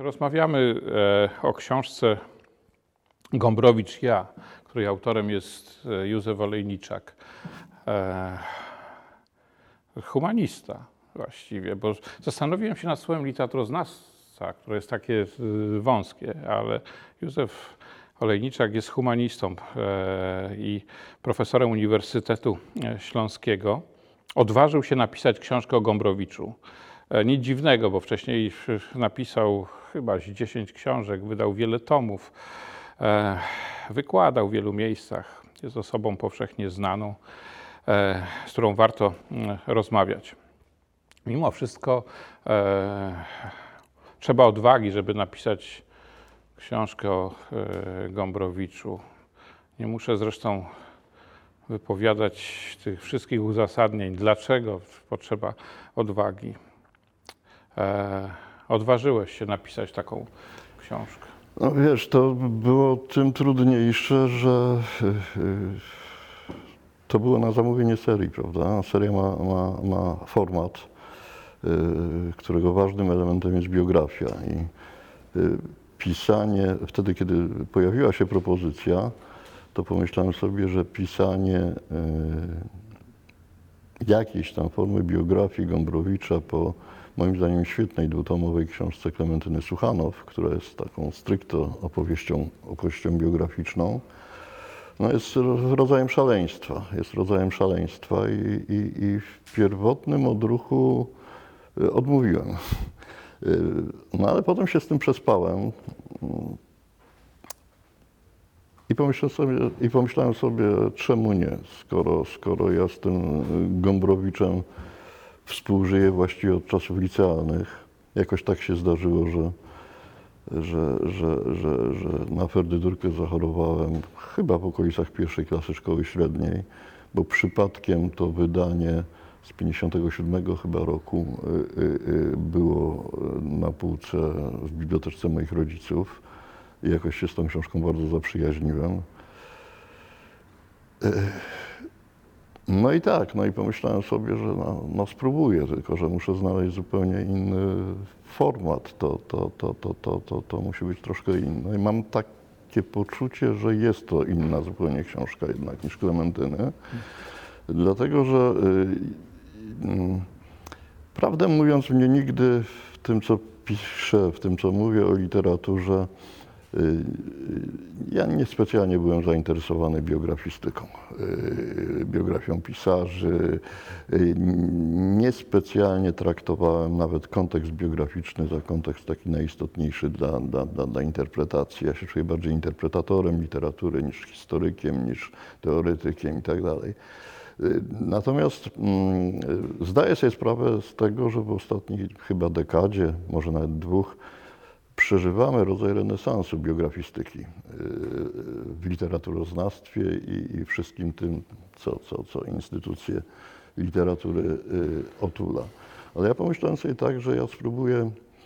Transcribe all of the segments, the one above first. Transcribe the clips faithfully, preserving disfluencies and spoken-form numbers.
Rozmawiamy e, o książce Gombrowicz ja, której autorem jest e, Józef Olejniczak. E, humanista właściwie, bo zastanowiłem się nad słowem literaturoznawca, które jest takie e, wąskie, ale Józef Olejniczak jest humanistą e, i profesorem Uniwersytetu Śląskiego. Odważył się napisać książkę o Gombrowiczu. Nic dziwnego, bo wcześniej napisał chyba dziesięć książek, wydał wiele tomów, wykładał w wielu miejscach. Jest osobą powszechnie znaną, z którą warto rozmawiać. Mimo wszystko trzeba odwagi, żeby napisać książkę o Gombrowiczu. Nie muszę zresztą wypowiadać tych wszystkich uzasadnień, dlaczego potrzeba odwagi. E, odważyłeś się napisać taką książkę? No wiesz, to było tym trudniejsze, że to było na zamówienie serii, prawda? Seria ma, ma, ma format, którego ważnym elementem jest biografia i pisanie, wtedy kiedy pojawiła się propozycja, to pomyślałem sobie, że pisanie jakiejś tam formy biografii Gombrowicza po moim zdaniem świetnej dwutomowej książce Klementyny Suchanow, która jest taką stricte opowieścią, opowieścią biograficzną, no jest rodzajem szaleństwa. Jest rodzajem szaleństwa i, i, i w pierwotnym odruchu odmówiłem. No ale potem się z tym przespałem i pomyślałem sobie, i pomyślałem sobie czemu nie, skoro, skoro ja z tym Gombrowiczem współżyję właściwie od czasów licealnych. Jakoś tak się zdarzyło, że, że, że, że, że na ferdydurkę zachorowałem chyba w okolicach pierwszej klasy szkoły średniej, bo przypadkiem to wydanie z pięćdziesiątego siódmego chyba roku było na półce w bibliotece moich rodziców i jakoś się z tą książką bardzo zaprzyjaźniłem. No i tak, no i pomyślałem sobie, że no, no spróbuję, tylko że muszę znaleźć zupełnie inny format, to, to, to, to, to, to, to musi być troszkę inne. I mam takie poczucie, że jest to inna zupełnie książka jednak niż Klementyny, hmm. dlatego że y, y, prawdę mówiąc mnie nigdy w tym, co piszę, w tym, co mówię o literaturze, ja niespecjalnie byłem zainteresowany biografistyką, biografią pisarzy. Niespecjalnie traktowałem nawet kontekst biograficzny za kontekst taki najistotniejszy dla, dla, dla, dla interpretacji. Ja się czuję bardziej interpretatorem literatury niż historykiem, niż teoretykiem i tak dalej. Natomiast mm, zdaję sobie sprawę z tego, że w ostatniej chyba dekadzie, może nawet dwóch, przeżywamy rodzaj renesansu biografistyki w literaturoznawstwie i, i wszystkim tym, co, co, co instytucje literatury otula. Ale ja pomyślałem sobie tak, że ja spróbuję,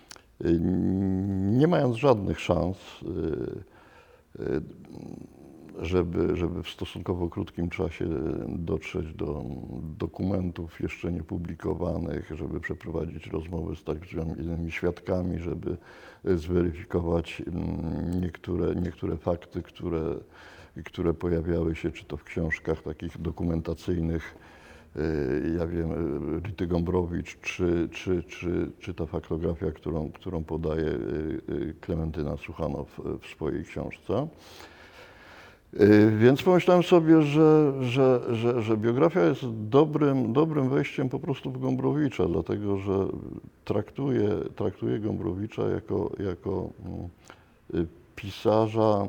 nie mając żadnych szans, żeby, żeby w stosunkowo krótkim czasie dotrzeć do dokumentów jeszcze niepublikowanych, żeby przeprowadzić rozmowy z tak zwanymi świadkami, żeby zweryfikować niektóre, niektóre fakty, które, które pojawiały się czy to w książkach takich dokumentacyjnych, ja wiem, Rity Gombrowicz, czy, czy, czy, czy ta faktografia, którą, którą podaje Klementyna Suchanow w swojej książce. Więc pomyślałem sobie, że, że, że, że biografia jest dobrym, dobrym wejściem po prostu w Gombrowicza, dlatego że traktuje, traktuje Gombrowicza jako, jako pisarza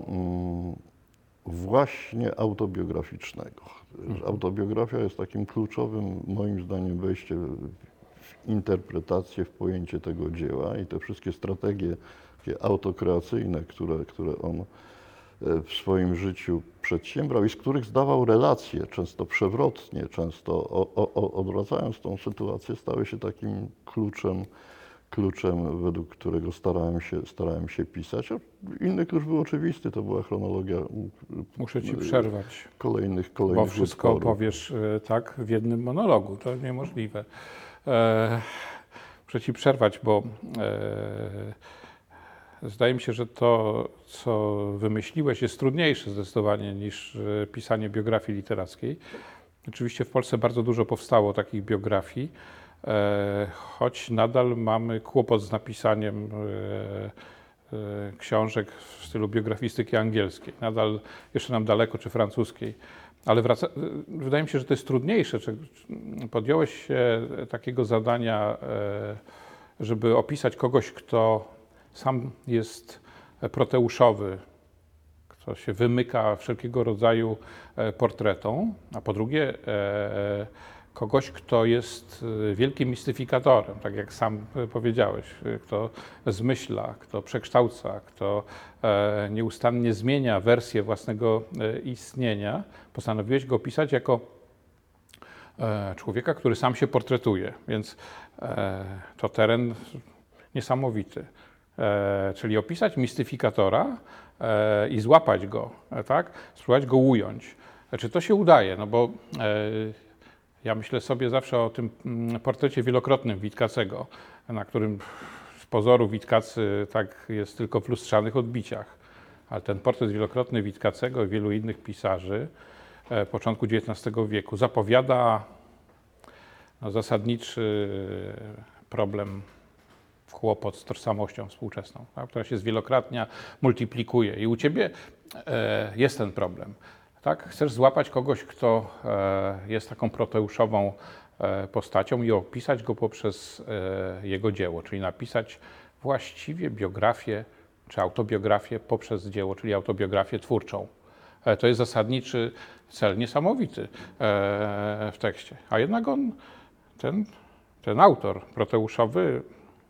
właśnie autobiograficznego. Autobiografia jest takim kluczowym, moim zdaniem, wejściem w interpretację, w pojęcie tego dzieła i te wszystkie strategie takie autokreacyjne, które, które on w swoim życiu przedsiębrał i z których zdawał relacje, często przewrotnie, często o, o, odwracając tą sytuację, stały się takim kluczem, kluczem, według którego starałem się, starałem się pisać. Inny klucz był oczywisty, to była chronologia. Muszę ci przerwać, kolejnych, kolejnych bo wszystko utworów. opowiesz tak w jednym monologu, to niemożliwe. E, muszę ci przerwać, bo e, Zdaje mi się, że to, co wymyśliłeś, jest trudniejsze zdecydowanie niż e, pisanie biografii literackiej. Oczywiście w Polsce bardzo dużo powstało takich biografii, e, choć nadal mamy kłopot z napisaniem e, e, książek w stylu biografistyki angielskiej. Nadal jeszcze nam daleko, czy francuskiej. Ale wraca, wydaje mi się, że to jest trudniejsze. Czy podjąłeś się takiego zadania, e, żeby opisać kogoś, kto sam jest proteuszowy, kto się wymyka wszelkiego rodzaju e, portretom, a po drugie e, kogoś, kto jest e, wielkim mistyfikatorem, tak jak sam e, powiedziałeś, e, kto zmyśla, kto przekształca, kto e, nieustannie zmienia wersję własnego e, istnienia. Postanowiłeś go opisać jako e, człowieka, który sam się portretuje, więc e, to teren niesamowity. E, czyli opisać mistyfikatora e, i złapać go, e, tak? Spróbować go ująć. E, czy to się udaje? No bo e, ja myślę sobie zawsze o tym mm, portrecie wielokrotnym Witkacego, na którym z pozoru Witkacy tak jest tylko w lustrzanych odbiciach. Ale ten portret wielokrotny Witkacego i wielu innych pisarzy e, początku dziewiętnastego wieku zapowiada no, zasadniczy problem, kłopot z tożsamością współczesną, tak, która się zwielokrotnie multiplikuje. I u ciebie e, jest ten problem. Tak? Chcesz złapać kogoś, kto e, jest taką proteuszową e, postacią i opisać go poprzez e, jego dzieło, czyli napisać właściwie biografię czy autobiografię poprzez dzieło, czyli autobiografię twórczą. E, to jest zasadniczy cel, niesamowity e, w tekście. A jednak on, ten, ten autor proteuszowy,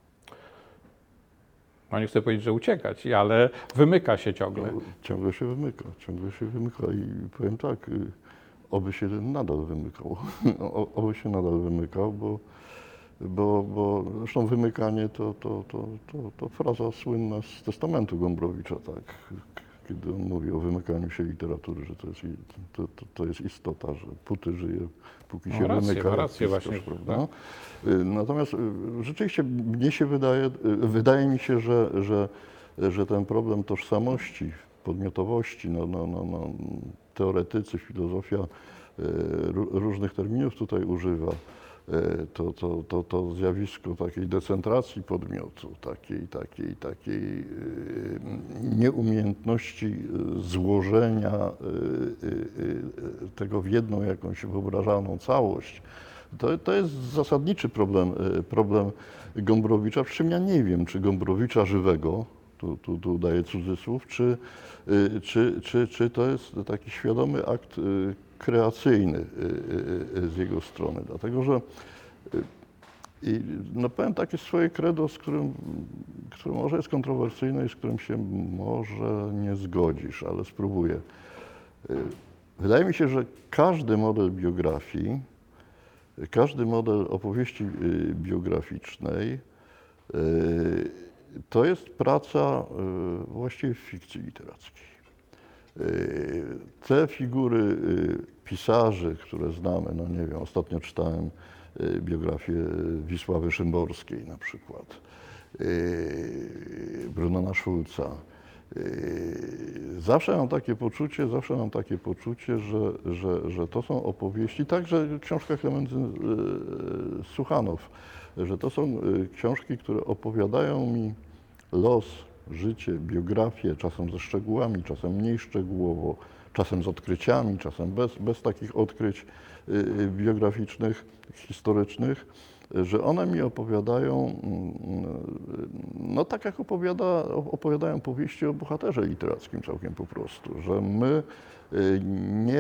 no nie chcę powiedzieć, że uciekać, ale wymyka się ciągle. No, ciągle się wymyka, ciągle się wymyka i powiem tak, y, oby się nadal wymykał, o- oby się nadal wymykał, bo, bo, bo zresztą wymykanie to, to, to, to, to fraza słynna z testamentu Gombrowicza, tak, kiedy on mówi o wymykaniu się literatury, że to jest, i- to, to, to jest istota, że póty żyje, póki Ma się rację, wymyka. ma jak rację pisarz, właśnie, prawda? Y, Natomiast y, rzeczywiście mnie się wydaje, y, wydaje mi się, że, że, że ten problem tożsamości, podmiotowości, no, no, no, no, teoretycy, filozofia y, ró- różnych terminów tutaj używa, y, to, to, to, to zjawisko takiej decentracji podmiotu, takiej, takiej, takiej y, nieumiejętności y, złożenia y, y, y, tego w jedną jakąś wyobrażalną całość. To, to jest zasadniczy problem, y, problem Gombrowicza, przy czym ja nie wiem, czy Gombrowicza żywego, tu, tu, tu daję cudzysłów, czy, y, czy, czy, czy to jest taki świadomy akt y, kreacyjny y, y, y, z jego strony, dlatego że y, i no powiem takie swoje credo, z którym, które może jest kontrowersyjne i z którym się może nie zgodzisz, ale spróbuję. Y, Wydaje mi się, że każdy model biografii, każdy model opowieści y, biograficznej y, to jest praca y, właściwie w fikcji literackiej. Y, Te figury y, pisarzy, które znamy, no nie wiem, ostatnio czytałem y, biografię Wisławy Szymborskiej na przykład, y, Brunona Szulca. Y, Zawsze mam takie poczucie, zawsze mam takie poczucie, że, że, że to są opowieści, także książka Klementy y, Suchanow, że to są y, książki, które opowiadają mi los, życie, biografię, czasem ze szczegółami, czasem mniej szczegółowo, czasem z odkryciami, czasem bez, bez takich odkryć y, y, biograficznych, historycznych, że one mi opowiadają, mm, no tak jak opowiada, opowiadają powieści o bohaterze literackim całkiem po prostu, że my y, nie,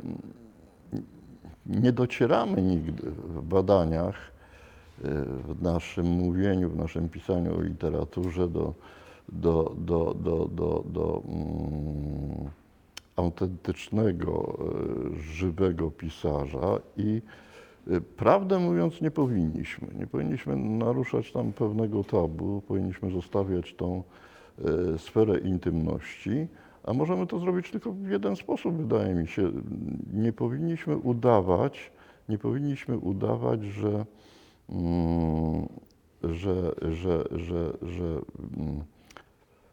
nie docieramy nigdy w badaniach, y, w naszym mówieniu, w naszym pisaniu o literaturze do, do, do, do, do, do mm, autentycznego, y, żywego pisarza i y, prawdę mówiąc nie powinniśmy. Nie powinniśmy naruszać tam pewnego tabu, powinniśmy zostawiać tą y, sferę intymności, a możemy to zrobić tylko w jeden sposób, wydaje mi się. Nie powinniśmy udawać, nie powinniśmy udawać, że, mm, że, że, że, że mm,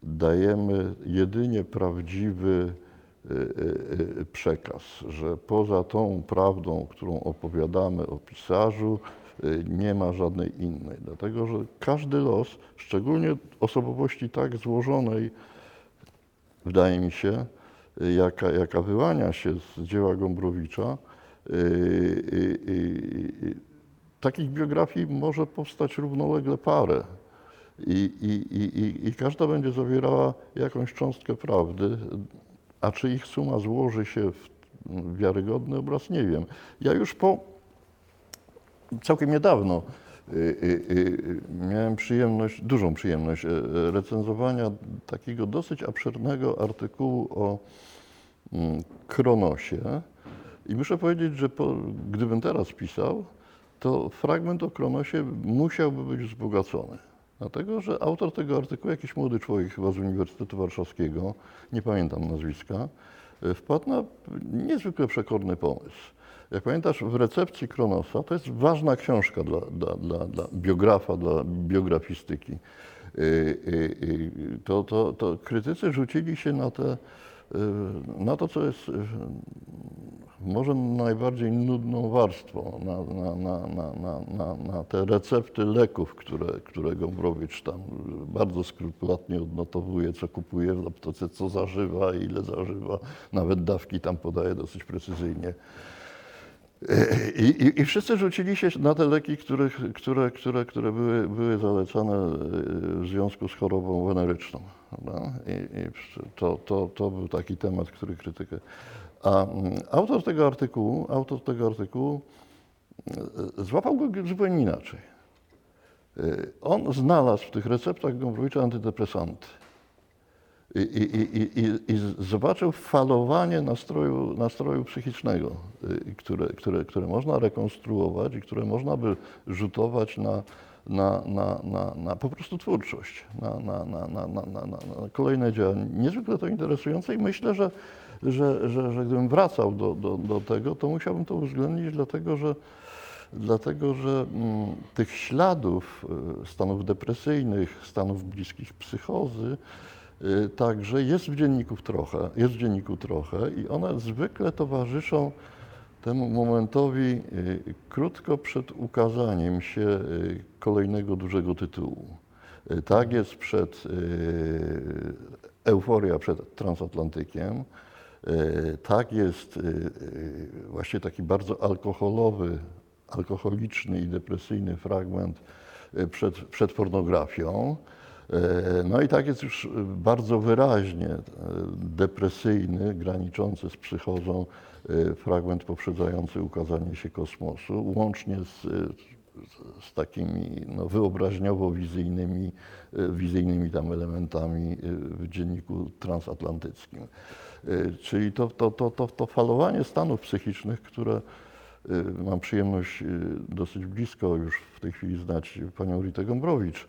dajemy jedynie prawdziwy y, y, y, przekaz, że poza tą prawdą, którą opowiadamy o pisarzu, y, nie ma żadnej innej. Dlatego, że każdy los, szczególnie osobowości tak złożonej, wydaje mi się, y, jaka, jaka wyłania się z dzieła Gombrowicza, y, y, y, y, takich biografii może powstać równolegle parę. I, i, i, i, I każda będzie zawierała jakąś cząstkę prawdy, a czy ich suma złoży się w wiarygodny obraz, nie wiem. Ja już po całkiem niedawno y, y, y, miałem przyjemność, dużą przyjemność y, y, recenzowania takiego dosyć obszernego artykułu o mm, Kronosie. I muszę powiedzieć, że po, gdybym teraz pisał, to fragment o Kronosie musiałby być wzbogacony. Dlatego, że autor tego artykułu, jakiś młody człowiek chyba z Uniwersytetu Warszawskiego, nie pamiętam nazwiska, wpadł na niezwykle przekorny pomysł. Jak pamiętasz, w recepcji Kronosa, to jest ważna książka dla, dla, dla, dla biografa, dla biografistyki, to, to, to krytycy rzucili się na, te, na to, co jest może najbardziej nudną warstwą, na, na, na, na, na, na, na te recepty leków, które, które Gombrowicz tam bardzo skrupulatnie odnotowuje, co kupuje w aptece, co zażywa, ile zażywa, nawet dawki tam podaje dosyć precyzyjnie. I, i, I wszyscy rzucili się na te leki, które, które, które, które były, były zalecane w związku z chorobą weneryczną. I, i to, to, to był taki temat, który krytykę. A autor tego artykułu, autor tego artykułu złapał go zupełnie inaczej. On znalazł w tych receptach Gombrowicza antydepresanty. I, i, i, i, i zobaczył falowanie nastroju, nastroju psychicznego, które, które, które można rekonstruować i które można by rzutować na, na, na, na, na po prostu twórczość, na, na, na, na, na, na, na kolejne działania. Niezwykle to interesujące i myślę, że, że, że, że gdybym wracał do, do, do tego, to musiałbym to uwzględnić, dlatego że, dlatego, że mm, tych śladów stanów depresyjnych, stanów bliskich psychozy, także jest w dzienniku trochę, jest w dzienniku trochę i one zwykle towarzyszą temu momentowi krótko przed ukazaniem się kolejnego dużego tytułu. Tak jest przed Euforia przed Transatlantykiem, tak jest właśnie taki bardzo alkoholowy, alkoholiczny i depresyjny fragment przed, przed pornografią. No i tak jest już bardzo wyraźnie depresyjny, graniczący z psychozą fragment poprzedzający ukazanie się kosmosu, łącznie z, z takimi no, wyobraźniowo-wizyjnymi wizyjnymi tam elementami w dzienniku transatlantyckim. Czyli to, to, to, to, to falowanie stanów psychicznych, które mam przyjemność dosyć blisko już w tej chwili znać panią Ritę Gombrowicz,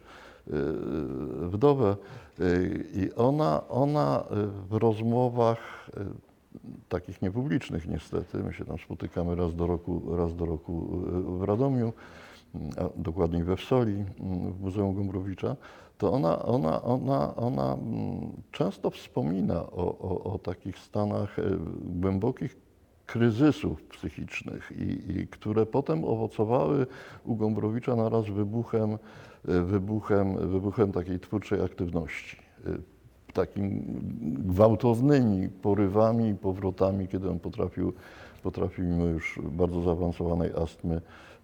wdowę, i ona, ona w rozmowach takich niepublicznych niestety, my się tam spotykamy raz do roku, raz do roku w Radomiu, a dokładniej we Wsoli, w Muzeum Gombrowicza, to ona, ona, ona, ona często wspomina o, o, o takich stanach głębokich kryzysów psychicznych, i, i które potem owocowały u Gombrowicza naraz wybuchem, wybuchem, wybuchem takiej twórczej aktywności. Takim gwałtownymi porywami i powrotami, kiedy on potrafił, potrafił mimo już bardzo zaawansowanej astmy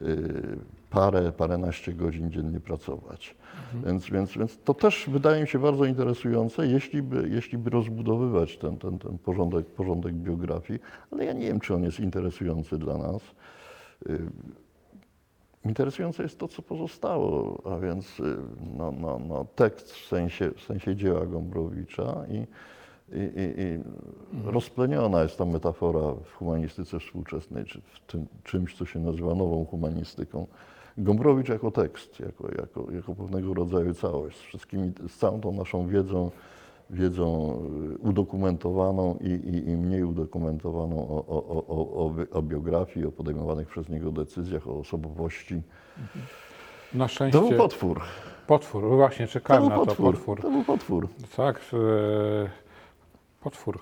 parę, paręnaście godzin dziennie pracować. Mhm. Więc, więc, więc to też wydaje mi się bardzo interesujące, jeśli by, jeśli by rozbudowywać ten, ten, ten porządek, porządek biografii, ale ja nie wiem, czy on jest interesujący dla nas. Interesujące jest to, co pozostało, a więc no, no, no, tekst w sensie, w sensie dzieła Gombrowicza i, i, i, i rozpleniona jest ta metafora w humanistyce współczesnej, czy w tym czymś, co się nazywa nową humanistyką. Gombrowicz jako tekst, jako, jako, jako pewnego rodzaju całość, z, wszystkimi, z całą tą naszą wiedzą, wiedzą udokumentowaną i, i, i mniej udokumentowaną o, o, o, o, o biografii, o podejmowanych przez niego decyzjach, o osobowości. Na szczęście, To był potwór. Potwór, właśnie To czekałem był na to, potwór. potwór. To był potwór. Tak, e, potwór.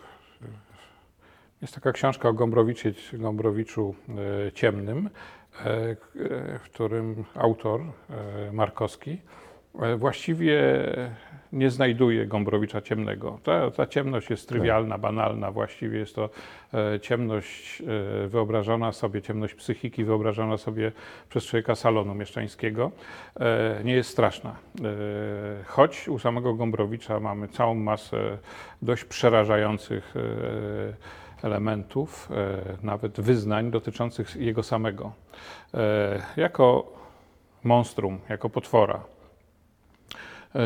Jest taka książka o Gombrowiczu, Gombrowiczu e, Ciemnym, e, k- e, w którym autor e, Markowski e, właściwie nie znajduje Gombrowicza ciemnego. Ta, ta ciemność jest trywialna, banalna, właściwie jest to e, ciemność e, wyobrażona sobie, ciemność psychiki wyobrażona sobie przez człowieka salonu mieszczańskiego. E, nie jest straszna. E, choć u samego Gombrowicza mamy całą masę dość przerażających e, elementów, e, nawet wyznań dotyczących jego samego. E, jako monstrum, jako potwora. E,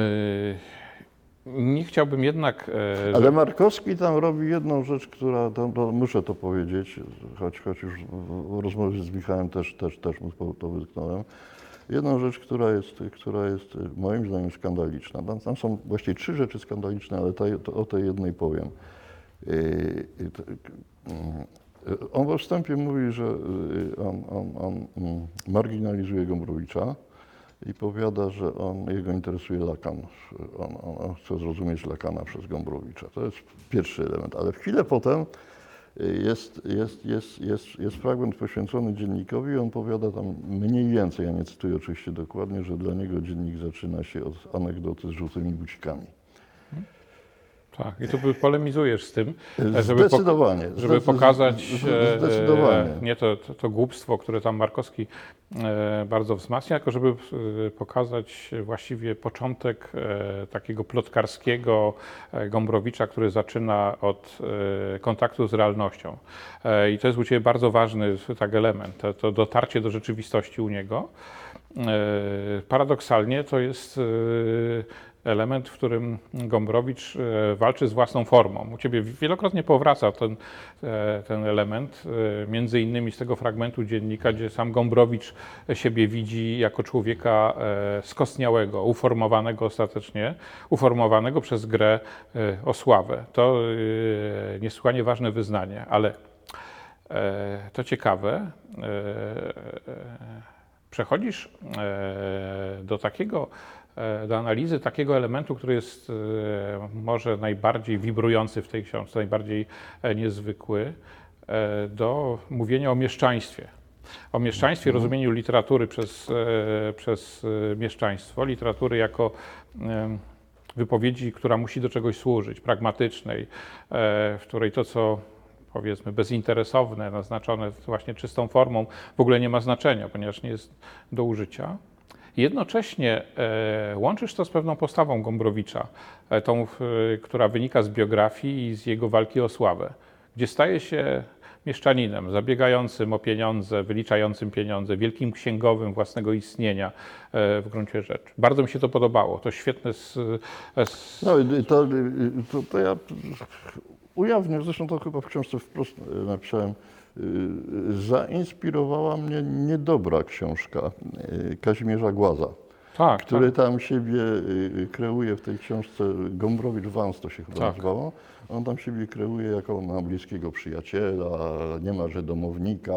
nie chciałbym jednak, e, Ale że... Markowski tam robi jedną rzecz, która, to, to muszę to powiedzieć, choć, choć już w, w rozmowie z Michałem też, też, też mu to- to wytknąłem. Jedną rzecz, która jest, która jest moim zdaniem skandaliczna. Tam, tam są właściwie trzy rzeczy skandaliczne, ale tej, to, o tej jednej powiem. Yy, yy, to- yy, On we wstępie mówi, że yy, on, on, on mm, marginalizuje Gombrowicza i powiada, że on, jego interesuje Lacan. On, on, on chce zrozumieć Lacana przez Gombrowicza. To jest pierwszy element. Ale w chwilę potem yy, jest, jest, jest, jest, jest fragment poświęcony dziennikowi i on powiada tam mniej więcej, ja nie cytuję oczywiście dokładnie, że dla niego dziennik zaczyna się od anegdoty z żółtymi bucikami. Tak, i tu polemizujesz z tym, żeby, pok- Zdecydowanie. żeby Zdecy- pokazać z- Zdecydowanie. e, nie to, to, to głupstwo, które tam Markowski e, bardzo wzmacnia, tylko żeby e, pokazać właściwie początek e, takiego plotkarskiego e, Gombrowicza, który zaczyna od e, kontaktu z realnością. E, I to jest u Ciebie bardzo ważny tak element, to, to dotarcie do rzeczywistości u niego. E, Paradoksalnie to jest e, element, w którym Gombrowicz e, walczy z własną formą. U Ciebie wielokrotnie powraca ten, e, ten element, e, między innymi z tego fragmentu dziennika, gdzie sam Gombrowicz siebie widzi jako człowieka e, skostniałego, uformowanego ostatecznie, uformowanego przez grę e, o sławę. To e, niesłychanie ważne wyznanie, ale e, to ciekawe, e, przechodzisz e, do takiego, e, do analizy takiego elementu, który jest e, może najbardziej wibrujący w tej książce, najbardziej e, niezwykły, e, do mówienia o mieszczaństwie. O mieszczaństwie, rozumieniu literatury przez, e, przez e, mieszczaństwo, literatury jako e, wypowiedzi, która musi do czegoś służyć, pragmatycznej, e, w której to, co powiedzmy bezinteresowne, naznaczone właśnie czystą formą, w ogóle nie ma znaczenia, ponieważ nie jest do użycia. Jednocześnie e, łączysz to z pewną postawą Gombrowicza, e, tą, e, która wynika z biografii i z jego walki o sławę, gdzie staje się mieszczaninem, zabiegającym o pieniądze, wyliczającym pieniądze, wielkim księgowym własnego istnienia e, w gruncie rzeczy. Bardzo mi się to podobało. To świetne z, z... No i to, to, to ja ujawnię, zresztą to chyba w książce wprost napisałem, zainspirowała mnie niedobra książka Kazimierza Głaza, tak, który tak. tam siebie kreuje w tej książce, Gombrowicz Vance to się chyba Tak. nazywało. On tam siebie kreuje jako ma bliskiego przyjaciela, niemalże domownika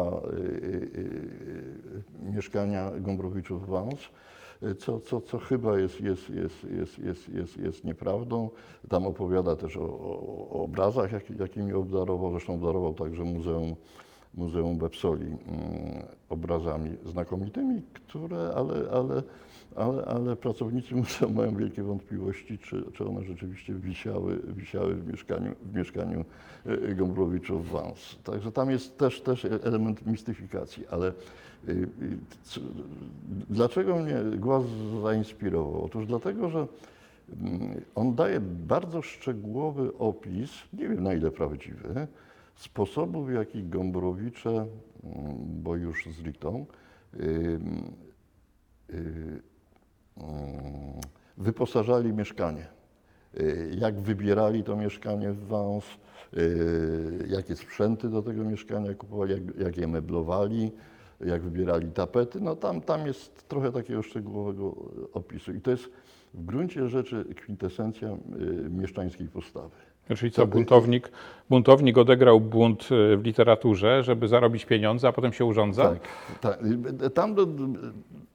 mieszkania Gombrowiczów Vance. Co, co, co chyba jest, jest, jest, jest, jest, jest, jest nieprawdą. Tam opowiada też o, o, o obrazach, jak, jakimi obdarował. Zresztą obdarował także Muzeum, Muzeum Bepsoli mm, obrazami znakomitymi, które, ale, ale, ale, ale pracownicy muzeum mają wielkie wątpliwości, czy, czy one rzeczywiście wisiały, wisiały w mieszkaniu, w mieszkaniu e, Gombrowiczów Vance. Także tam jest też, też element mistyfikacji, ale y, y, co- dlaczego mnie Głaz zainspirował? Otóż dlatego, że mm, on daje bardzo szczegółowy opis, nie wiem na ile prawdziwy, sposobu, w jaki Gombrowicze, mm, bo już z Ritą, y, y, mm, wyposażali mieszkanie. Y, Jak wybierali to mieszkanie w Vance, y, jakie sprzęty do tego mieszkania kupowali, jak, jak je meblowali, jak wybierali tapety. No tam, tam jest trochę takiego szczegółowego opisu. I to jest w gruncie rzeczy kwintesencja y, mieszczańskiej postawy. Czyli co, buntownik, buntownik odegrał bunt w literaturze, żeby zarobić pieniądze, a potem się urządza? Tak, tak. Tam do,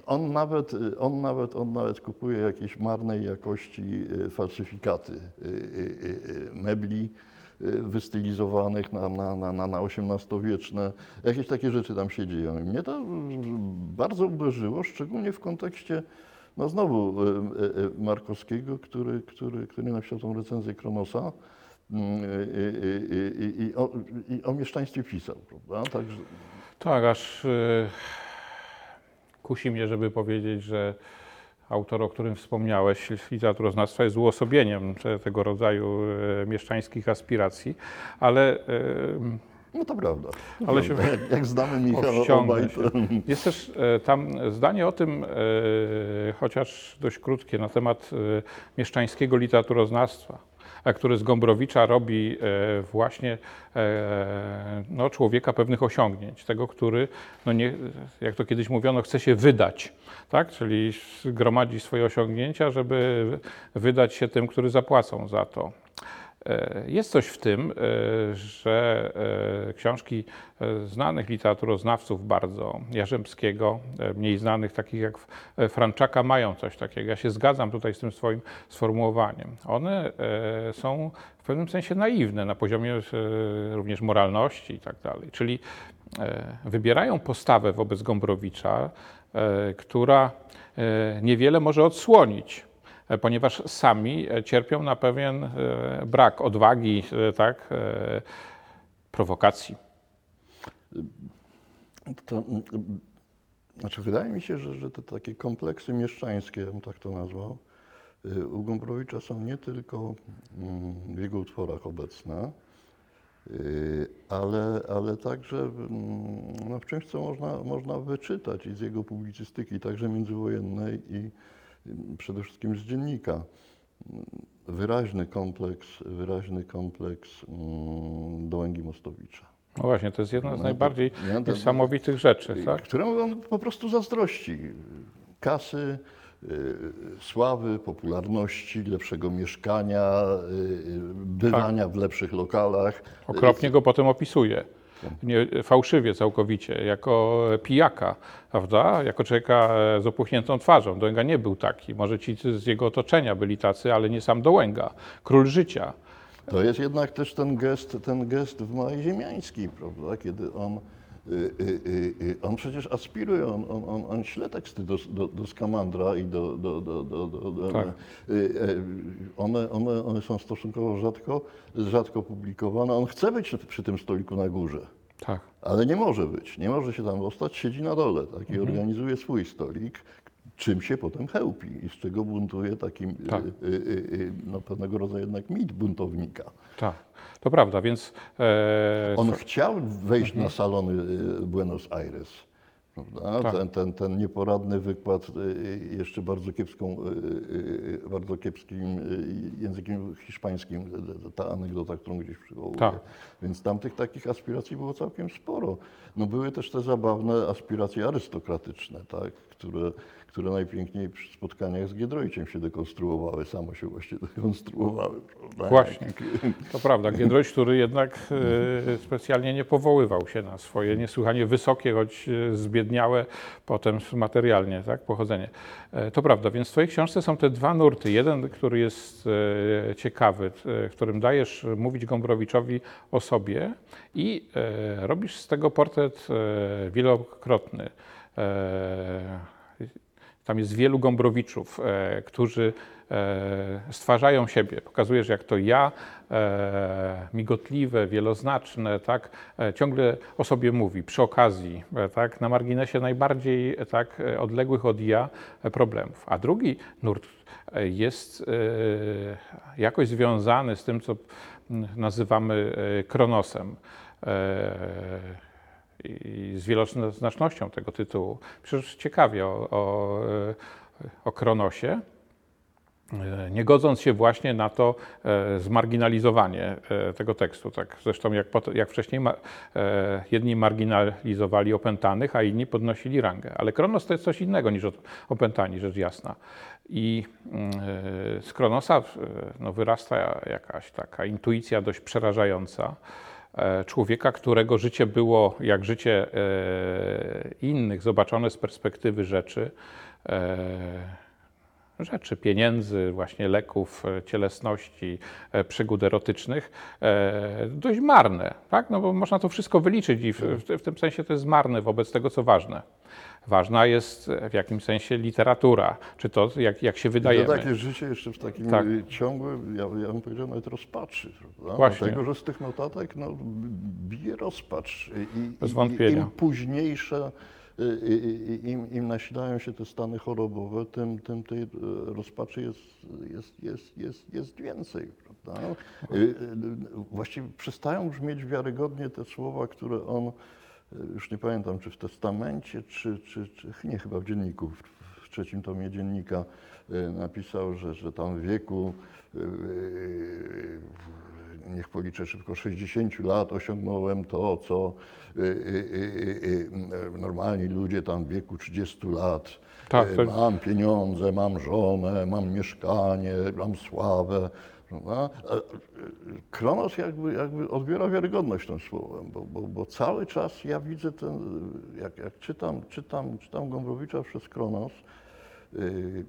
On nawet, on, nawet, on nawet kupuje jakieś marnej jakości y, falsyfikaty y, y, y, mebli y, wystylizowanych na, na, na, na, na osiemnastowieczne. Jakieś takie rzeczy tam się dzieją. I mnie to bardzo uderzyło, szczególnie w kontekście no znowu y, y, y, Markowskiego, który, który, który napisał tą recenzję Kronosa. I, i, i, i, o, I o mieszczaństwie pisał, prawda? Także... Tak, aż y, kusi mnie, żeby powiedzieć, że autor, o którym wspomniałeś, literaturoznawstwa, jest uosobieniem tego rodzaju y, mieszczańskich aspiracji, ale... Y, No to prawda. To ale prawda. się Jak, jak znamy Michała powściągnę obaj, się. to... Jest też e, tam zdanie o tym, e, chociaż dość krótkie, na temat e, mieszczańskiego literaturoznawstwa, a który z Gombrowicza robi e, właśnie e, no, człowieka pewnych osiągnięć, tego, który, no nie, jak to kiedyś mówiono, chce się wydać, tak? Czyli gromadzi swoje osiągnięcia, żeby wydać się tym, którzy zapłacą za to. Jest coś w tym, że książki znanych literaturoznawców bardzo, Jarzębskiego, mniej znanych, takich jak Franczaka, mają coś takiego. Ja się zgadzam tutaj z tym swoim sformułowaniem. One są w pewnym sensie naiwne na poziomie również moralności i tak dalej. Czyli wybierają postawę wobec Gombrowicza, która niewiele może odsłonić, ponieważ sami cierpią na pewien brak odwagi, tak, prowokacji. To, znaczy wydaje mi się, że, że te takie kompleksy mieszczańskie, ja bym tak to nazwał, u Gombrowicza są nie tylko w jego utworach obecne, ale, ale także no, w czymś, co można, można wyczytać i z jego publicystyki, także międzywojennej i przede wszystkim z dziennika. Wyraźny kompleks, wyraźny kompleks Dołęgi Mostowicza. No właśnie, to jest jedna z No, najbardziej ja to- niesamowitych rzeczy, tak? Któremu on po prostu zazdrości. Kasy, y, sławy, popularności, lepszego mieszkania, y, bywania w lepszych lokalach. Okropnie go potem opisuje. Nie, fałszywie całkowicie, jako pijaka, prawda? Jako człowieka z opuchniętą twarzą. Dołęga nie był taki. Może ci z jego otoczenia byli tacy, ale nie sam Dołęga. Król życia. To jest jednak też ten gest, ten gest w Małej Ziemiańskiej, prawda? Kiedy on, y, y, y, on przecież aspiruje, on, on, on, on śle teksty do, do, do Skamandra i do... do, do, do, do, do Tak. y, y, one, one, one są stosunkowo rzadko, rzadko publikowane. On chce być przy tym stoliku na górze. Tak. Ale nie może być, nie może się tam dostać, siedzi na dole, tak, i Mhm. organizuje swój stolik, czym się potem chełpi i z czego buntuje taki Tak. y, y, y, no, pewnego rodzaju jednak mit buntownika. Tak, to prawda, więc... E, On co- chciał wejść na salony y, Buenos Aires, prawda? Tak. Ten, ten, ten nieporadny wykład y, jeszcze bardzo kiepską, y, y, bardzo kiepskim y, językiem hiszpańskim, y, ta anegdota, którą gdzieś przywołuję. Tak. Więc tamtych takich aspiracji było całkiem sporo. No były też te zabawne aspiracje arystokratyczne, tak? które, które najpiękniej przy spotkaniach z Giedroyciem się dekonstruowały, samo się właśnie dekonstruowały. Prawda? Właśnie, to prawda. Giedroyć, który jednak e, specjalnie nie powoływał się na swoje niesłychanie wysokie, choć e, zbiedniałe potem materialnie, tak, pochodzenie. E, to prawda, więc w twojej książce są te dwa nurty. Jeden, który jest e, ciekawy, e, w którym dajesz mówić Gombrowiczowi o sobie i e, robisz z tego portret e, wielokrotny. E, Tam jest wielu Gombrowiczów, e, którzy e, stwarzają siebie. Pokazujesz, jak to ja, e, migotliwe, wieloznaczne, tak, e, ciągle o sobie mówi, przy okazji, e, tak, na marginesie najbardziej e, tak, e, odległych od ja e, problemów. A drugi nurt e, jest e, jakoś związany z tym, co m, nazywamy e, Kronosem. E, i z wieloznacznością tego tytułu. Przecież ciekawie o, o, o Kronosie, nie godząc się właśnie na to zmarginalizowanie tego tekstu. Tak, zresztą jak, pot- jak wcześniej ma, jedni marginalizowali opętanych, a inni podnosili rangę. Ale Kronos to jest coś innego niż opętani, rzecz jasna. I z Kronosa no, wyrasta jakaś taka intuicja dość przerażająca, e, człowieka, którego życie było jak życie e, innych, zobaczone z perspektywy rzeczy, e, rzeczy, pieniędzy, właśnie leków, e, cielesności, e, przygód erotycznych, e, dość marne, tak? No bo można to wszystko wyliczyć i w, w, w tym sensie to jest marne wobec tego, co ważne. Ważna jest w jakimś sensie literatura, czy to, jak, jak się I to wydajemy. takie życie jeszcze w takim Tak. y, ciągłym, ja, ja bym powiedział nawet rozpaczy, prawda? Właśnie. Dlatego, że z tych notatek no, bije rozpacz i, Bez i, wątpienia. i im późniejsze, y, y, y, im, im nasilają się te stany chorobowe, tym, tym tej y, rozpaczy jest, jest, jest, jest, jest więcej, prawda? Y, y, Właściwie przestają brzmieć wiarygodnie te słowa, które on, już nie pamiętam, czy w testamencie, czy, czy, czy nie, chyba w dzienniku, w, w trzecim tomie dziennika y, napisał, że, że tam w wieku, y, y, niech policzę szybko, sześćdziesięciu lat osiągnąłem to, co y, y, y, y, normalni ludzie tam w wieku trzydziestu lat. Tak, to- Y, Mam pieniądze, mam żonę, mam mieszkanie, mam sławę. Prawda? A, y, Kronos jakby, jakby odbiera wiarygodność tym słowem, bo, bo, bo cały czas ja widzę ten, jak, jak czytam, czytam, czytam Gombrowicza przez Kronos, y,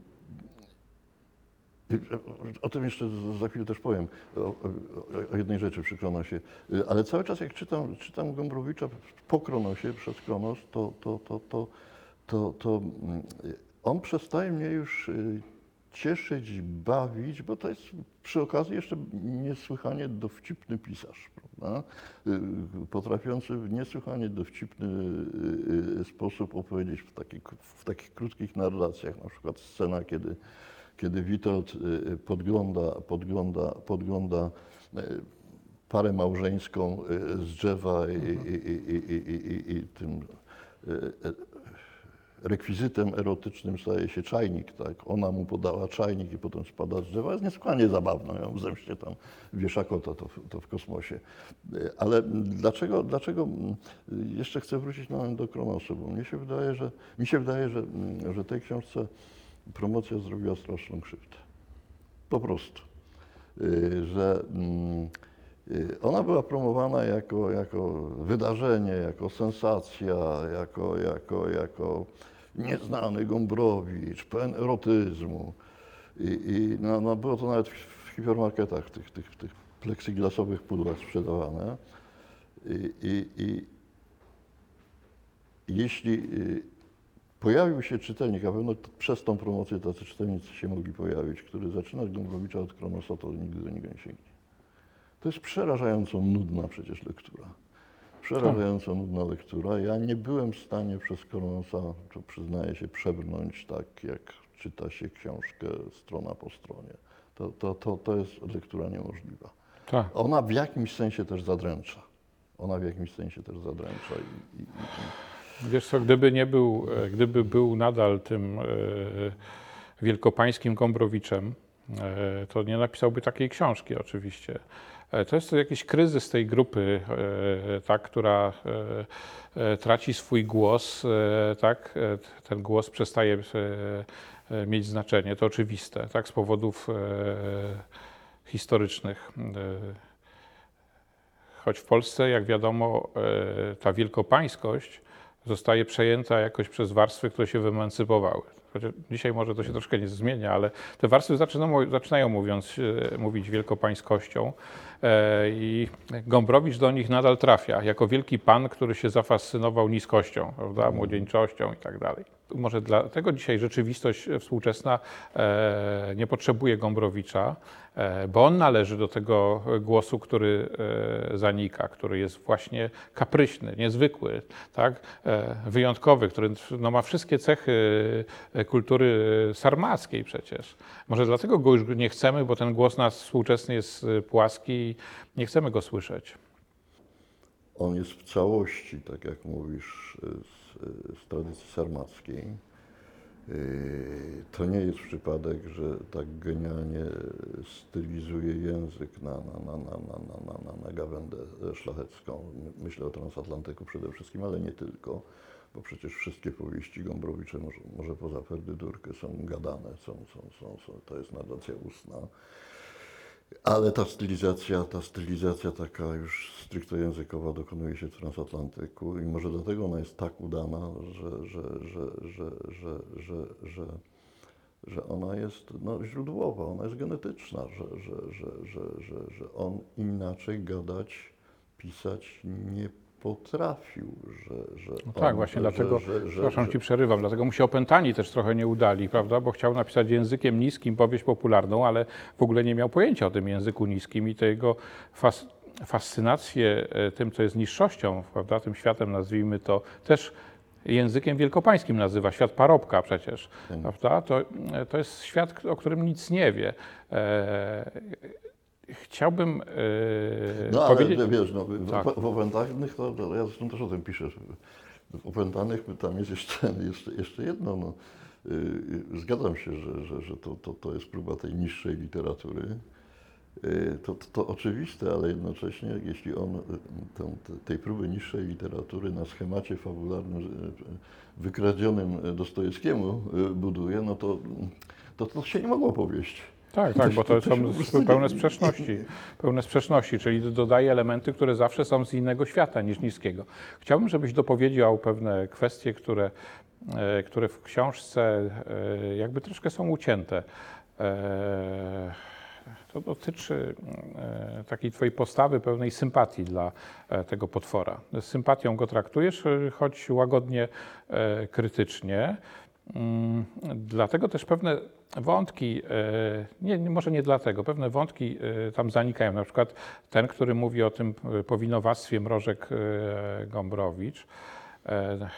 o tym jeszcze za chwilę też powiem, o, o, o jednej rzeczy przy Kronosie, Y, ale cały czas jak czytam, czytam Gombrowicza po Kronosie, przez Kronos, to, to, to, to, to, to mm, on przestaje mnie już y, cieszyć, bawić, bo to jest przy okazji jeszcze niesłychanie dowcipny pisarz, prawda? Y, Potrafiący w niesłychanie dowcipny y, y, sposób opowiedzieć w takich, w takich krótkich narracjach, na przykład scena, kiedy kiedy Witold y, podgląda, podgląda, podgląda y, parę małżeńską y, z drzewa i, i, i, i, i, i, i tym y, y, rekwizytem erotycznym staje się czajnik, tak? Ona mu podała czajnik i potem spada z drzewa. Jest niesłychanie zabawna, ją w zemście tam wiesza kota, to, w- to w kosmosie. Y, Ale dlaczego, dlaczego y, jeszcze chcę wrócić na moment do Kronosu, bo mnie się wydaje, że, mi się wydaje, że, mm, że tej książce promocja zrobiła straszną krzywdę. Po prostu. Y, Że mm, y, ona była promowana jako, jako wydarzenie, jako sensacja, jako, jako, jako nieznany Gombrowicz, pełen erotyzmu. I, i no, no było to nawet w hipermarketach, w tych, tych, tych plexiglasowych pudłach sprzedawane. I, i, i jeśli y, pojawił się czytelnik, a pewno t- przez tą promocję tacy czytelnicy się mogli pojawić, który zaczyna Gombrowicza od Kronosa, to nigdy do niego nie sięgnie. To jest przerażająco nudna przecież lektura. Przerażająco nudna lektura. Ja nie byłem w stanie przez Kronosa, to przyznaję się, przebrnąć tak, jak czyta się książkę strona po stronie. To, to, to, to jest lektura niemożliwa. Tak. Ona w jakimś sensie też zadręcza. Ona w jakimś sensie też zadręcza. I, i, i, Wiesz co, gdyby nie był, e, gdyby był nadal tym e, wielkopańskim Gombrowiczem, e, to nie napisałby takiej książki oczywiście. E, To jest to jakiś kryzys tej grupy, e, tak, która e, e, traci swój głos, e, tak, e, ten głos przestaje e, e, mieć znaczenie, to oczywiste, tak, z powodów e, historycznych. E, Choć w Polsce, jak wiadomo, e, ta wielkopańskość zostaje przejęta jakoś przez warstwy, które się wyemancypowały. Chociaż dzisiaj może to się troszkę nie zmienia, ale te warstwy zaczynają, zaczynają mówiąc, e, mówić wielkopańskością e, i Gombrowicz do nich nadal trafia, jako wielki pan, który się zafascynował niskością, prawda, młodzieńczością i tak dalej. Może dlatego dzisiaj rzeczywistość współczesna e, nie potrzebuje Gombrowicza, e, bo on należy do tego głosu, który e, zanika, który jest właśnie kapryśny, niezwykły, tak? e, wyjątkowy, który no, ma wszystkie cechy e, kultury sarmackiej przecież. Może dlatego go już nie chcemy, bo ten głos nasz współczesny jest e, płaski i nie chcemy go słyszeć. On jest w całości, tak jak mówisz, z, z tradycji sarmackiej. Yy, To nie jest przypadek, że tak genialnie stylizuje język na, na, na, na, na, na, na, na gawędę szlachecką. Myślę o transatlantyku przede wszystkim, ale nie tylko, bo przecież wszystkie powieści Gombrowicza, może, może poza Ferdydurkę, są gadane, są, są, są, są, to jest narracja ustna. Ale ta stylizacja, ta stylizacja taka już stricte językowa dokonuje się w transatlantyku i może dlatego ona jest tak udana, że, że, że, że, że, że, że, że ona jest no, źródłowa, ona jest genetyczna, że, że, że, że, że, że on inaczej gadać, pisać nie potrafił, że, że No on, tak, właśnie że, dlatego, że, że, przepraszam, że, ci przerywam, dlatego mu się opętani też trochę nie udali, prawda, bo chciał napisać językiem niskim powieść popularną, ale w ogóle nie miał pojęcia o tym języku niskim i te jego fas, fascynację e, tym, co jest niższością, prawda, tym światem, nazwijmy to, też językiem wielkopańskim nazywa, świat parobka przecież, Tak. prawda, to, to jest świat, o którym nic nie wie. E, chciałbym e, No ale powiedzieć... wiesz, no, w, Tak. w opętanych, to, to ja zresztą też o tym piszę, że w opętanych tam jest jeszcze, jeszcze, jeszcze jedno, no, yy, zgadzam się, że, że, że to, to, to jest próba tej niższej literatury, yy, to, to, to oczywiste, ale jednocześnie jeśli on yy, tę, tej próby niższej literatury na schemacie fabularnym yy, wykradzionym Dostojewskiemu yy, buduje, no to, to to się nie mogło powieść. Tak, tak, bo to To się są po prostu pełne nie- sprzeczności, pełne sprzeczności, czyli dodaje elementy, które zawsze są z innego świata niż niskiego. Chciałbym, żebyś dopowiedział pewne kwestie, które, e, które w książce e, jakby troszkę są ucięte. E, To dotyczy e, takiej twojej postawy, pełnej sympatii dla e, tego potwora. Z sympatią go traktujesz, e, choć łagodnie e, krytycznie. Mm, Dlatego też pewne wątki, e, nie, nie, może nie dlatego, pewne wątki e, tam zanikają. Na przykład ten, który mówi o tym e, powinowactwie Mrożek e, Gombrowicz, e,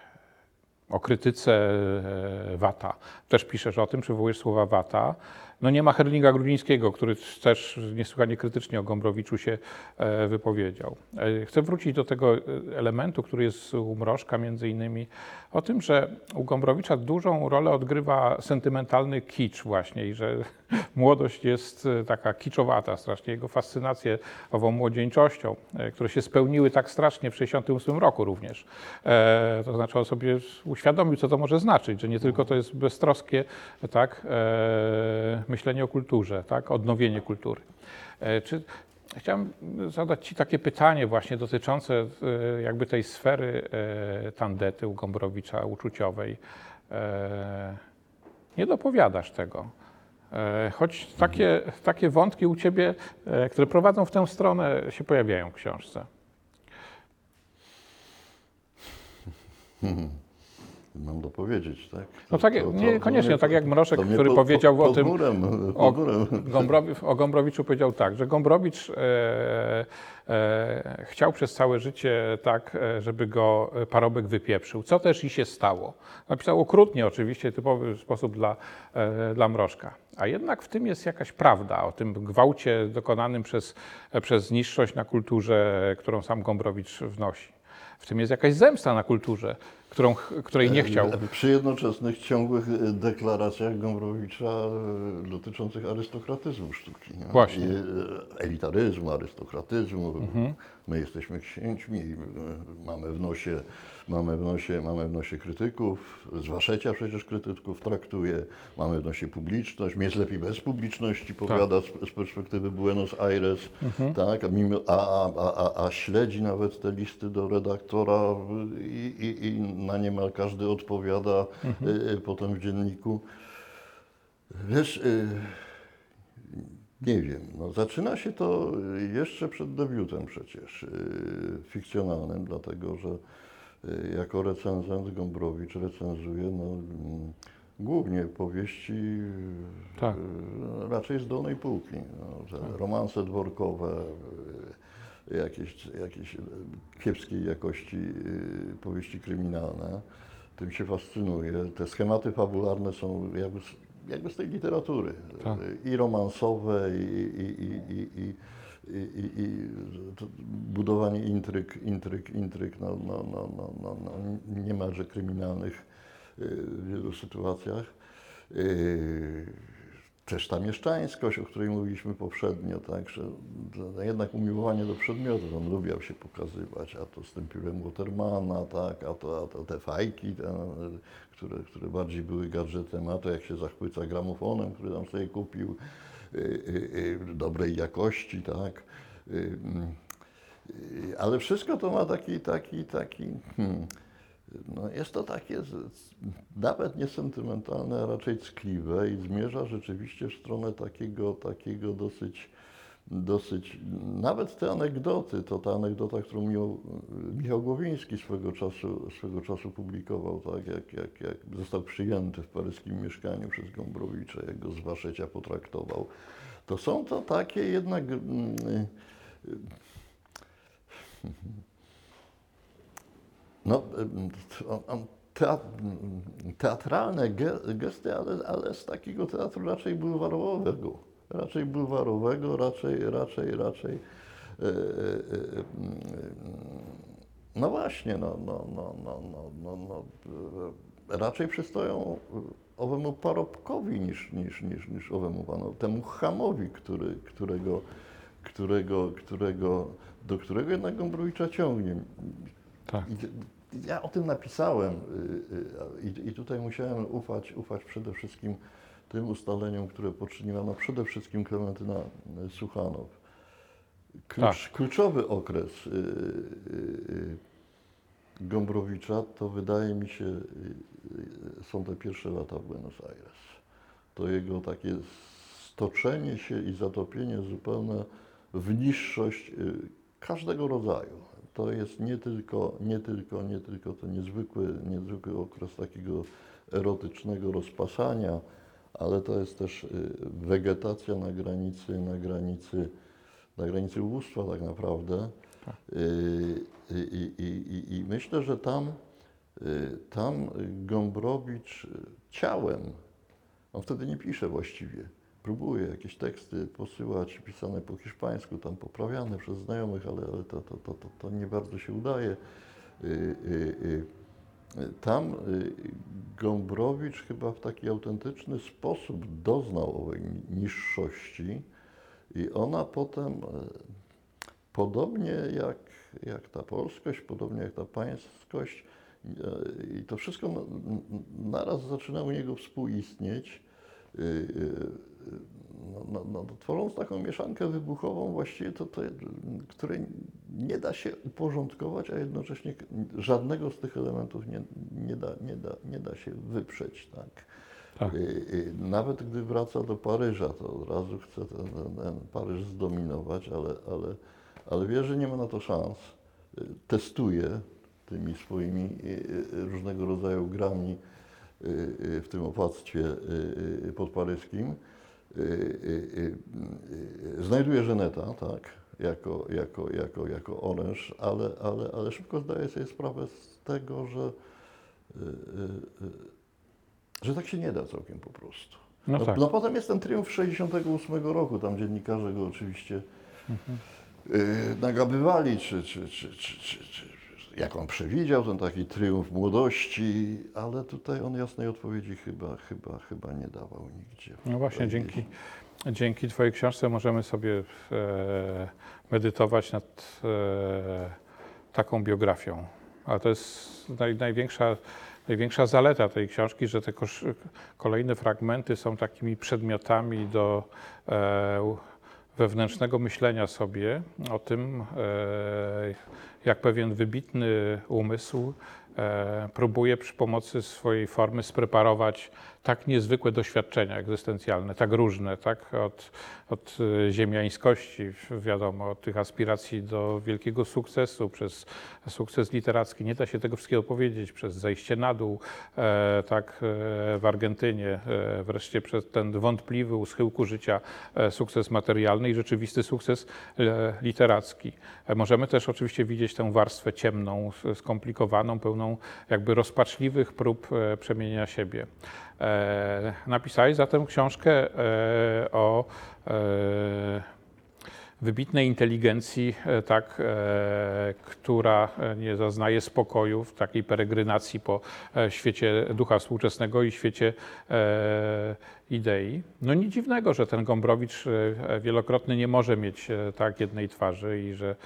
o krytyce e, Wata. Też piszesz o tym, przywołujesz słowa Wata. No nie ma Herlinga Grudzińskiego, który też niesłychanie krytycznie o Gombrowiczu się e, wypowiedział. E, Chcę wrócić do tego elementu, który jest u Mrożka między innymi, o tym, że u Gombrowicza dużą rolę odgrywa sentymentalny kicz właśnie i że młodość jest e, taka kiczowata strasznie. Jego fascynacje ową młodzieńczością, e, które się spełniły tak strasznie w sześćdziesiątym ósmym roku również. E, To znaczy on sobie uświadomił, co to może znaczyć, że nie tylko to jest beztroskie, tak, e, myślenie o kulturze, tak, odnowienie kultury. E, Czy chciałem zadać ci takie pytanie właśnie dotyczące e, jakby tej sfery e, tandety u Gombrowicza uczuciowej. E, Nie dopowiadasz tego. E, Choć takie, takie wątki u ciebie, e, które prowadzą w tę stronę, się pojawiają w książce. Mam dopowiedzieć, tak? No tak, To- to- niekoniecznie, to mnie- tak jak Mrożek, to mnie który pod- powiedział pod, o tym, Murem, o, pod murem. Gombrowi, o Gombrowiczu powiedział tak, że Gombrowicz e, e, chciał przez całe życie tak, e, żeby go parobek wypieprzył, co też i się stało. Napisał okrutnie oczywiście, typowy sposób dla, e, dla Mrożka. A jednak w tym jest jakaś prawda, o tym gwałcie dokonanym przez, przez niższość na kulturze, którą sam Gombrowicz wnosi. W tym jest jakaś zemsta na kulturze, którą, której nie chciał. Przy jednoczesnych ciągłych deklaracjach Gombrowicza e, dotyczących arystokratyzmu sztuki. nie? Właśnie. I, e, elitaryzmu, arystokratyzmu. My jesteśmy księćmi, e, mamy w nosie, mamy w nosie, mamy w nosie krytyków, z Waszecia przecież krytyków traktuje, mamy w nosie publiczność, mi jest lepiej bez publiczności, powiada z, z perspektywy Buenos Aires, tak? a, mimo, a, a, a, a śledzi nawet te listy do redaktora i, i, i na niemal każdy odpowiada y, potem w dzienniku. Wiesz, y, nie wiem, no, zaczyna się to jeszcze przed debiutem przecież y, fikcjonalnym, dlatego że y, jako recenzent Gombrowicz recenzuje no, mm, głównie powieści y, Tak. y, raczej z dolnej półki. No, te romanse dworkowe, y, jakieś, jakieś kiepskiej jakości y, powieści kryminalne. Tym się fascynuje. Te schematy fabularne są jakby, z- jakby z tej literatury. Tak. I romansowe, i, i, i, i, i, i, i, i to budowanie intryg, intryg, intryg no, no, no, no, no, no, niemalże kryminalnych y, w wielu sytuacjach. Y, Też ta mieszczańskość, o której mówiliśmy poprzednio, tak, że to jednak umiłowanie do przedmiotów, on lubiał się pokazywać, a to z tym piórem Watermana, tak, a to, a to te fajki, te, które, które bardziej były gadżetem, a to jak się zachwyca gramofonem, który tam sobie kupił. y, y, y, dobrej jakości, tak. Y, y, Ale wszystko to ma taki, taki, taki, hmm, no jest to takie z- nawet nie sentymentalne, a raczej ckliwe i zmierza rzeczywiście w stronę takiego, takiego dosyć, dosyć, nawet te anegdoty, to ta anegdota, którą Michał, Michał Głowiński swego czasu, swego czasu publikował, tak, jak, jak, jak został przyjęty w paryskim mieszkaniu przez Gombrowicza, jak go z Waszecia potraktował. To są to takie jednak mm, no, on, on teat, teatralne ge- gesty, ale, ale z takiego teatru raczej bulwarowego. Raczej bulwarowego, raczej, raczej, raczej. E, e, e, no właśnie, no, no, no, no, no, no, no, e, raczej przystoją owemu parobkowi niż, niż, niż, niż owemu panu, temu chamowi, który, którego, którego, którego, do którego jednak Gombrowicza ciągnie. Tak. I ja o tym napisałem y, y, i, i tutaj musiałem ufać, ufać przede wszystkim tym ustaleniom, które poczyniła no przede wszystkim Klementyna Suchanow. Klucz, Tak. Kluczowy okres y, y, y, Gombrowicza to wydaje mi się y, y, są te pierwsze lata w Buenos Aires. To jego takie stoczenie się i zatopienie zupełne w niższość y, każdego rodzaju. To jest nie tylko, nie tylko, nie tylko ten niezwykły, niezwykły okres takiego erotycznego rozpasania, ale to jest też y, wegetacja na granicy, na granicy, na granicy ubóstwa tak naprawdę. Tak. Y, I, i, i, I myślę, że tam, y, tam Gombrowicz ciałem, on wtedy nie pisze właściwie, próbuje jakieś teksty posyłać pisane po hiszpańsku, tam poprawiane przez znajomych, ale, ale to, to, to, to, to nie bardzo się udaje. Y, y, y. Tam y, Gombrowicz chyba w taki autentyczny sposób doznał owej niższości i ona potem, y, podobnie jak, jak ta polskość, podobnie jak ta pańskość, y, i to wszystko na, naraz zaczyna u niego współistnieć. y, y, No, no, no, tworząc taką mieszankę wybuchową właściwie, to, to, której nie da się uporządkować, a jednocześnie żadnego z tych elementów nie, nie, da, nie, da, nie da się wyprzeć. Tak? Tak. Y, y, Nawet gdy wraca do Paryża, to od razu chce ten, ten, ten Paryż zdominować, ale, ale, ale wie, że nie ma na to szans. Y, Testuje tymi swoimi y, y, różnego rodzaju grami y, y, w tym opłactwie y, y, podparyskim. Y, y, y, y, Znajduje Żeneta, tak, jako, jako, jako, jako oręż, ale, ale, ale szybko zdaje sobie sprawę z tego, że, y, y, y, że tak się nie da całkiem po prostu. No No, tak. no potem jest ten triumf sześćdziesiątego ósmego roku, tam dziennikarze go oczywiście y, nagabywali, czy, czy, czy, czy, czy, czy jak on przewidział ten taki triumf młodości, ale tutaj on jasnej odpowiedzi chyba, chyba, chyba nie dawał nigdzie. No właśnie, dzięki, dzięki Twojej książce możemy sobie e, medytować nad e, taką biografią. A to jest naj, największa, największa zaleta tej książki, że te kosz, kolejne fragmenty są takimi przedmiotami do e, wewnętrznego myślenia sobie o tym, e, jak pewien wybitny umysł e, próbuje przy pomocy swojej formy spreparować tak niezwykłe doświadczenia egzystencjalne, tak różne, tak? Od, od ziemiańskości, wiadomo, od tych aspiracji do wielkiego sukcesu, przez sukces literacki, nie da się tego wszystkiego powiedzieć, przez zejście na dół, e, tak, e, w Argentynie, e, wreszcie przez ten wątpliwy u schyłku życia e, sukces materialny i rzeczywisty sukces e, literacki. E, możemy też oczywiście widzieć tę warstwę ciemną, skomplikowaną, pełną jakby rozpaczliwych prób e, przemienienia siebie. E, napisałeś zatem książkę e, o e, wybitnej inteligencji, e, tak, e, która nie zaznaje spokoju w takiej peregrynacji po e, świecie ducha współczesnego i świecie e, idei. No nic dziwnego, że ten Gombrowicz e, wielokrotnie nie może mieć e, tak jednej twarzy i że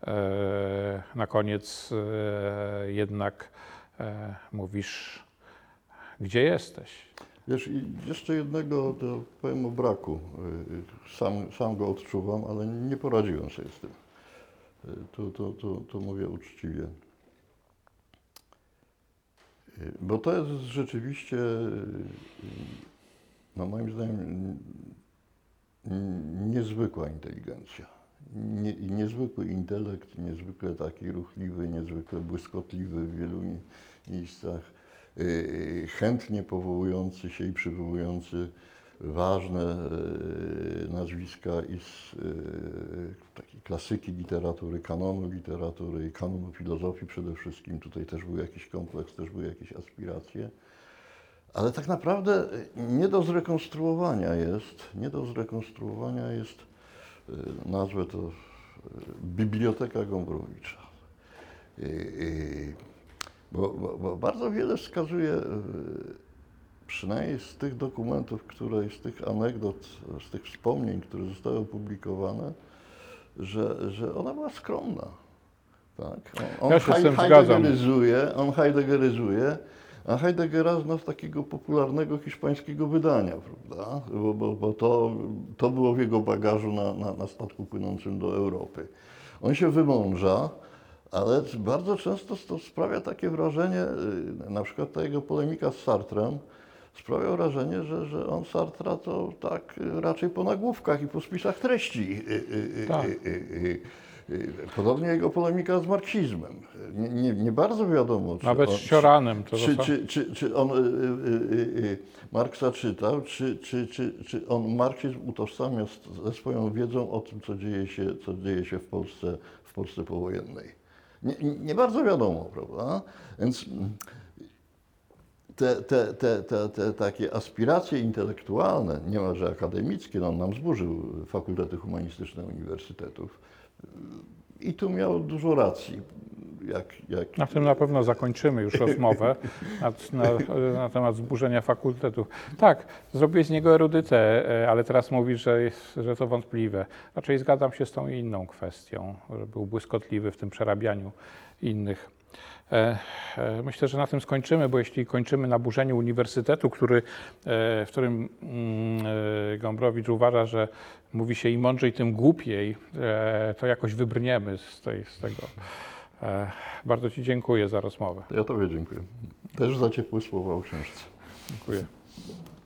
e, na koniec e, jednak e, mówisz, gdzie jesteś? Wiesz, i jeszcze jednego, to powiem o braku. Y, Sam, sam go odczuwam, ale nie poradziłem sobie z tym. Y, To, to, to, to mówię uczciwie. Y, Bo to jest rzeczywiście, y, no moim zdaniem, n- niezwykła inteligencja. Nie, i niezwykły intelekt, niezwykle taki ruchliwy, niezwykle błyskotliwy w wielu mi- miejscach, yy, chętnie powołujący się i przywołujący ważne yy, nazwiska i z yy, takiej klasyki literatury, kanonu literatury i kanonu filozofii przede wszystkim. Tutaj też był jakiś kompleks, też były jakieś aspiracje. Ale tak naprawdę nie do zrekonstruowania jest, nie do zrekonstruowania jest, y, nazwę to y, Biblioteka Gombrowicza. Y, y, Bo, bo, bo bardzo wiele wskazuje, y, przynajmniej z tych dokumentów, które, i z tych anegdot, z tych wspomnień, które zostały opublikowane, że, że ona była skromna. Tak? On, on Ja się z tym hei- zgadzam. heideggeryzuje, on heideggeryzuje, a Heideggera zna z takiego popularnego hiszpańskiego wydania, prawda? Bo, bo, bo to, to było w jego bagażu na, na, na statku płynącym do Europy. On się wymądrza, ale bardzo często to sprawia takie wrażenie, y, na przykład ta jego polemika z Sartrem, sprawia wrażenie, że, że on Sartra to tak y, raczej po nagłówkach i po spisach treści. y, y, y, Tak. y, y, y, y. Podobnie jego polemika z marksizmem. Nie, nie, nie bardzo wiadomo, czy Nawet on, z Cioranem. To czy, to- czy, czy, czy on y, y, y, y, Marksa czytał, czy, czy, czy, czy on marksizm utożsamia z- ze swoją wiedzą o tym, co dzieje się, co dzieje się w Polsce, w Polsce powojennej. Nie, nie bardzo wiadomo, prawda? Więc mm, te, te, te, te, te takie aspiracje intelektualne, niemalże akademickie, no on nam zburzył fakultety humanistyczne uniwersytetów. I tu miał dużo racji. Jak, jak, Na tym na pewno zakończymy już rozmowę na, na, na temat zburzenia fakultetów. Tak, zrobiłeś z niego erudytę, e, ale teraz mówisz, że, jest, że to wątpliwe. Raczej zgadzam się z tą inną kwestią, że był błyskotliwy w tym przerabianiu innych. E, e, Myślę, że na tym skończymy, bo jeśli kończymy na burzeniu uniwersytetu, który, e, w którym mm, e, Gombrowicz uważa, że mówi się im mądrzej, tym głupiej, e, to jakoś wybrniemy z, tej, z tego. E, Bardzo Ci dziękuję za rozmowę. Ja Tobie dziękuję. Też za ciepłe słowa o książce. Dziękuję.